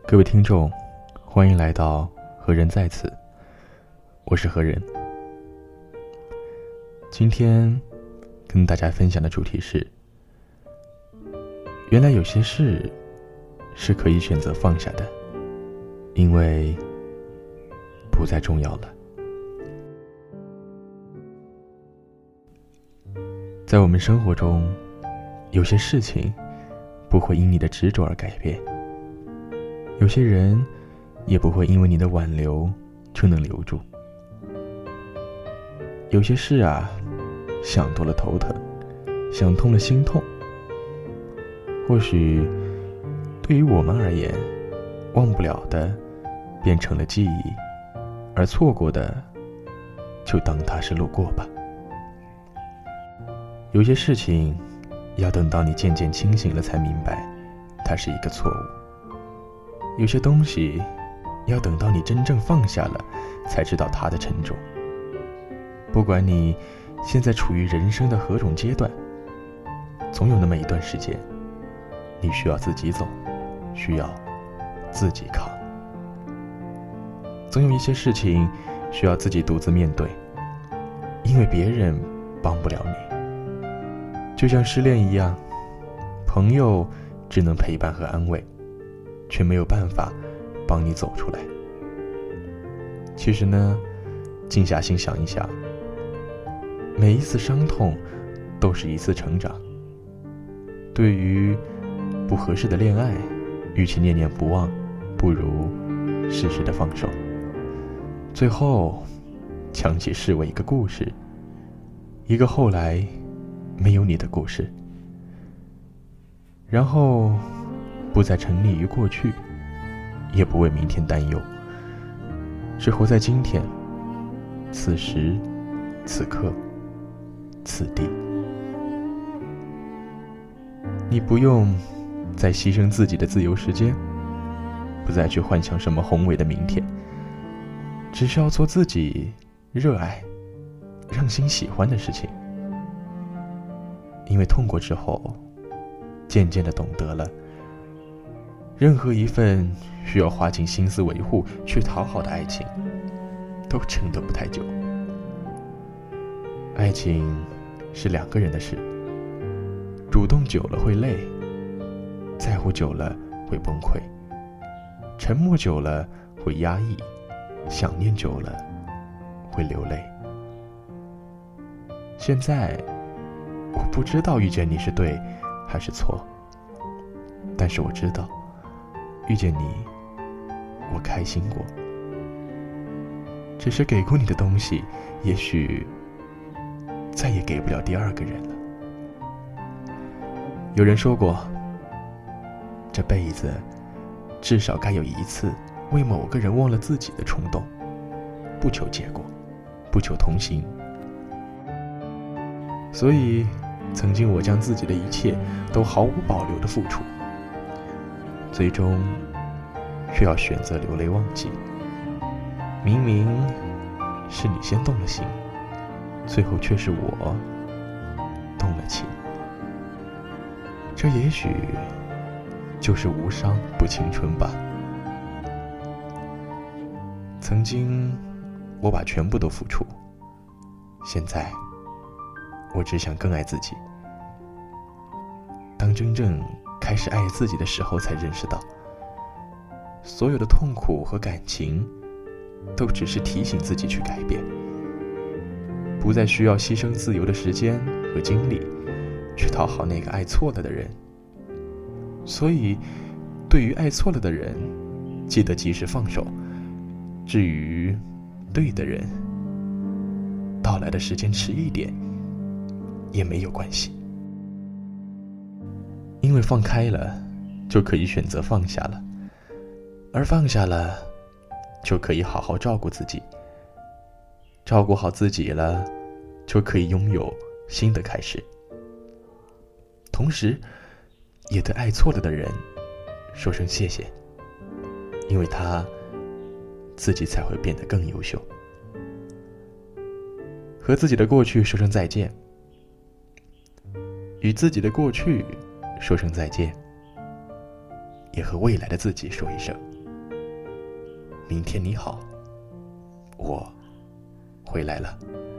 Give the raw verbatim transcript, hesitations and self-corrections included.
各位听众，欢迎来到何人在此，我是何人。今天跟大家分享的主题是，原来有些事是可以选择放下的，因为不再重要了。在我们生活中，有些事情不会因你的执着而改变，有些人也不会因为你的挽留就能留住。有些事啊，想多了头疼，想通了心痛。或许对于我们而言，忘不了的变成了记忆，而错过的就当它是路过吧。有些事情要等到你渐渐清醒了才明白它是一个错误，有些东西要等到你真正放下了才知道它的沉重。不管你现在处于人生的何种阶段，总有那么一段时间你需要自己走，需要自己扛。总有一些事情需要自己独自面对，因为别人帮不了你。就像失恋一样，朋友只能陪伴和安慰，却没有办法帮你走出来。其实呢，静下心想一想，每一次伤痛都是一次成长。对于不合适的恋爱，与其念念不忘，不如适时的放手。最后将其视为一个故事，一个后来没有你的故事，然后不再沉溺于过去，也不为明天担忧，只活在今天，此时此刻此地。你不用再牺牲自己的自由时间，不再去幻想什么宏伟的明天，只需要做自己热爱让心喜欢的事情。因为痛过之后，渐渐地懂得了，任何一份需要花尽心思维护去讨好的爱情都撑得不太久。爱情是两个人的事，主动久了会累，在乎久了会崩溃，沉默久了会压抑，想念久了会流泪。现在我不知道遇见你是对还是错，但是我知道遇见你我开心过。只是给过你的东西，也许再也给不了第二个人了。有人说过，这辈子至少该有一次为某个人忘了自己的冲动，不求结果，不求同行。所以曾经我将自己的一切都毫无保留地付出，最终却要选择流泪忘记。明明是你先动了心，最后却是我动了情。这也许就是无伤不青春吧。曾经我把全部都付出，现在我只想更爱自己。当真正开始爱自己的时候，才认识到，所有的痛苦和感情都只是提醒自己去改变，不再需要牺牲自由的时间和精力去讨好那个爱错了的人。所以对于爱错了的人，记得及时放手。至于对的人，到来的时间迟一点也没有关系，因为放开了就可以选择放下了，而放下了就可以好好照顾自己，照顾好自己了就可以拥有新的开始。同时也对爱错了的人说声谢谢，因为他自己才会变得更优秀。和自己的过去说声再见，与自己的过去说声再见，也和未来的自己说一声明天你好，我回来了。